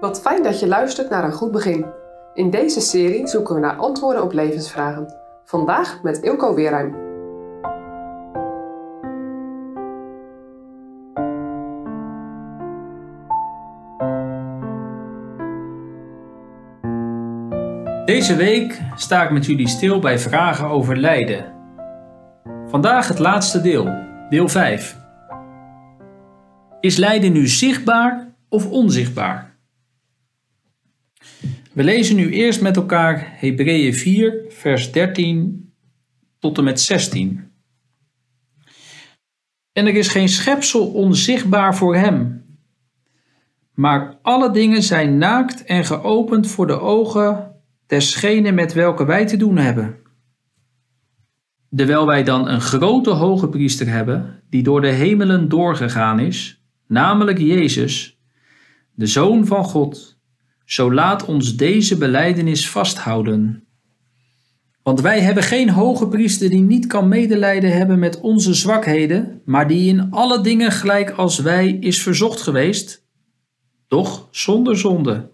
Wat fijn dat je luistert naar Een Goed Begin. In deze serie zoeken we naar antwoorden op levensvragen. Vandaag met Ilko Weerheim. Deze week sta ik met jullie stil bij vragen over lijden. Vandaag het laatste deel 5. Is lijden nu zichtbaar of onzichtbaar? We lezen nu eerst met elkaar Hebreeën 4, vers 13 tot en met 16. En er is geen schepsel onzichtbaar voor hem, maar alle dingen zijn naakt en geopend voor de ogen desgene met welke wij te doen hebben. Terwijl wij dan een grote hoge priester hebben, die door de hemelen doorgegaan is, namelijk Jezus, de Zoon van God, zo laat ons deze belijdenis vasthouden. Want wij hebben geen hoge priester die niet kan medelijden hebben met onze zwakheden, maar die in alle dingen gelijk als wij is verzocht geweest, doch zonder zonde.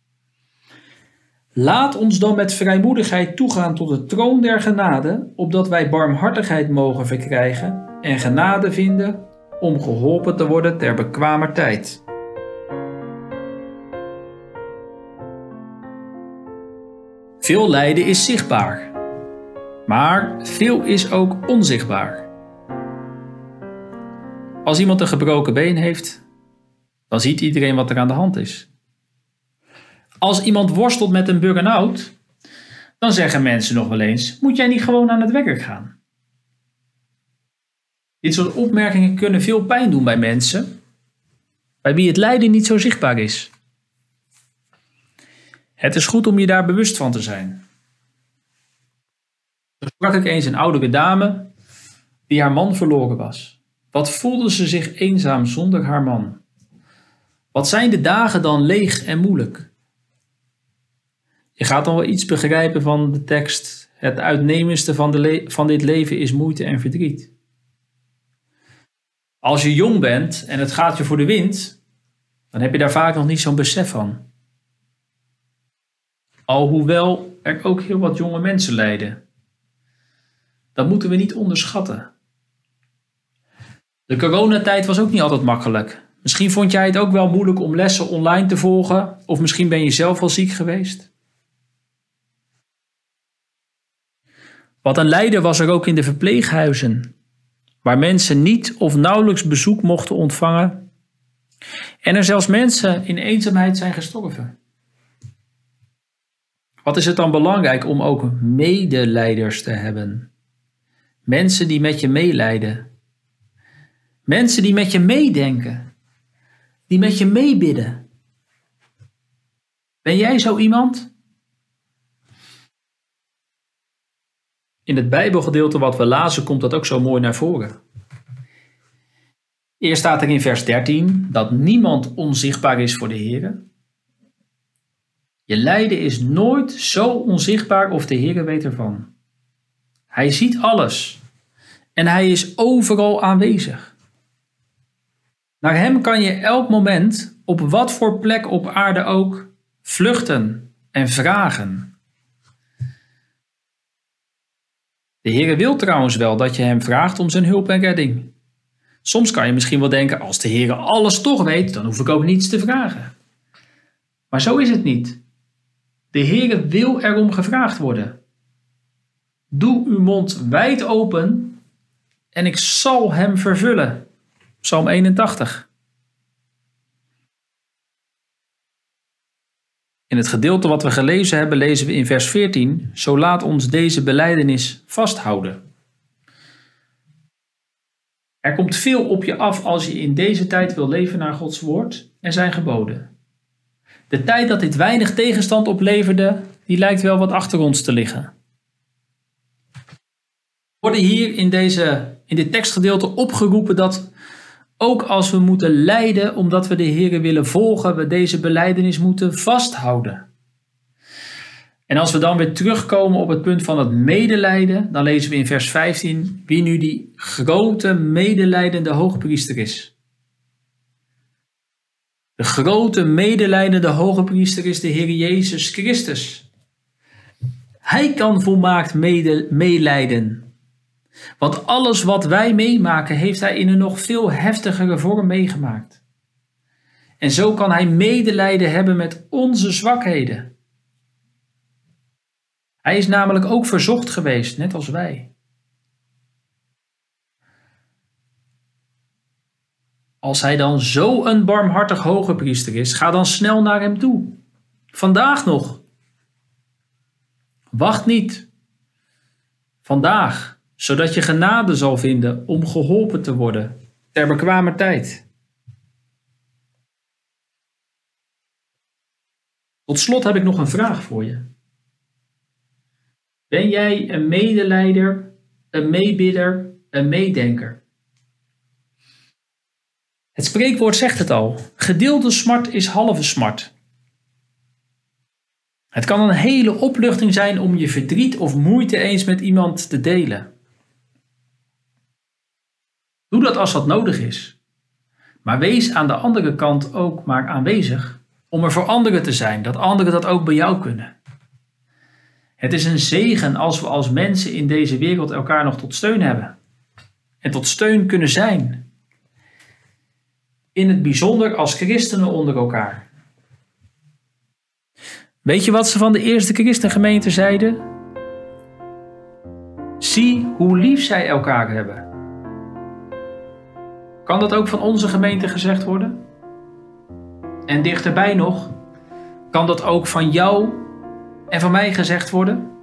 Laat ons dan met vrijmoedigheid toegaan tot de troon der genade, opdat wij barmhartigheid mogen verkrijgen en genade vinden om geholpen te worden ter bekwamer tijd. Veel lijden is zichtbaar, maar veel is ook onzichtbaar. Als iemand een gebroken been heeft, dan ziet iedereen wat er aan de hand is. Als iemand worstelt met een burn-out, dan zeggen mensen nog wel eens: moet jij niet gewoon aan het werk gaan? Dit soort opmerkingen kunnen veel pijn doen bij mensen bij wie het lijden niet zo zichtbaar is. Het is goed om je daar bewust van te zijn. Zo sprak ik eens een oudere dame die haar man verloren was. Wat voelde ze zich eenzaam zonder haar man? Wat zijn de dagen dan leeg en moeilijk? Je gaat dan wel iets begrijpen van de tekst. Het uitnemendste van dit leven is moeite en verdriet. Als je jong bent en het gaat je voor de wind, dan heb je daar vaak nog niet zo'n besef van. Alhoewel er ook heel wat jonge mensen lijden. Dat moeten we niet onderschatten. De coronatijd was ook niet altijd makkelijk. Misschien vond jij het ook wel moeilijk om lessen online te volgen, of misschien ben je zelf wel ziek geweest. Wat een lijden was er ook in de verpleeghuizen, waar mensen niet of nauwelijks bezoek mochten ontvangen en er zelfs mensen in eenzaamheid zijn gestorven. Wat is het dan belangrijk om ook medelijders te hebben? Mensen die met je meelijden. Mensen die met je meedenken. Die met je meebidden. Ben jij zo iemand? In het Bijbelgedeelte wat we lazen komt dat ook zo mooi naar voren. Eerst staat er in vers 13 dat niemand onzichtbaar is voor de Heere. Je lijden is nooit zo onzichtbaar of de Heere weet ervan. Hij ziet alles en hij is overal aanwezig. Naar hem kan je elk moment, op wat voor plek op aarde ook, vluchten en vragen. De Heere wil trouwens wel dat je hem vraagt om zijn hulp en redding. Soms kan je misschien wel denken: als de Heere alles toch weet, dan hoef ik ook niets te vragen. Maar zo is het niet. De Heere wil erom gevraagd worden. Doe uw mond wijd open en ik zal hem vervullen. Psalm 81. In het gedeelte wat we gelezen hebben, lezen we in vers 14: zo laat ons deze belijdenis vasthouden. Er komt veel op je af als je in deze tijd wil leven naar Gods woord en zijn geboden. De tijd dat dit weinig tegenstand opleverde, die lijkt wel wat achter ons te liggen. We worden hier in dit tekstgedeelte opgeroepen dat ook als we moeten lijden omdat we de Heere willen volgen, we deze belijdenis moeten vasthouden. En als we dan weer terugkomen op het punt van het medelijden, dan lezen we in vers 15 wie nu die grote medelijdende hoogpriester is. De grote medelijdende hoge priester is de Heer Jezus Christus. Hij kan volmaakt meelijden. Want alles wat wij meemaken heeft hij in een nog veel heftigere vorm meegemaakt. En zo kan hij medelijden hebben met onze zwakheden. Hij is namelijk ook verzocht geweest, net als wij. Als hij dan zo een barmhartig hoge priester is, ga dan snel naar hem toe. Vandaag nog. Wacht niet. Vandaag, zodat je genade zal vinden om geholpen te worden ter bekwamer tijd. Tot slot heb ik nog een vraag voor je. Ben jij een medelijder, een meebidder, een meedenker? Het spreekwoord zegt het al. Gedeelde smart is halve smart. Het kan een hele opluchting zijn om je verdriet of moeite eens met iemand te delen. Doe dat als dat nodig is. Maar wees aan de andere kant ook maar aanwezig om er voor anderen te zijn, dat anderen dat ook bij jou kunnen. Het is een zegen als we als mensen in deze wereld elkaar nog tot steun hebben. En tot steun kunnen zijn. In het bijzonder als christenen onder elkaar. Weet je wat ze van de eerste christengemeente zeiden? Zie hoe lief zij elkaar hebben. Kan dat ook van onze gemeente gezegd worden? En dichterbij nog, kan dat ook van jou en van mij gezegd worden?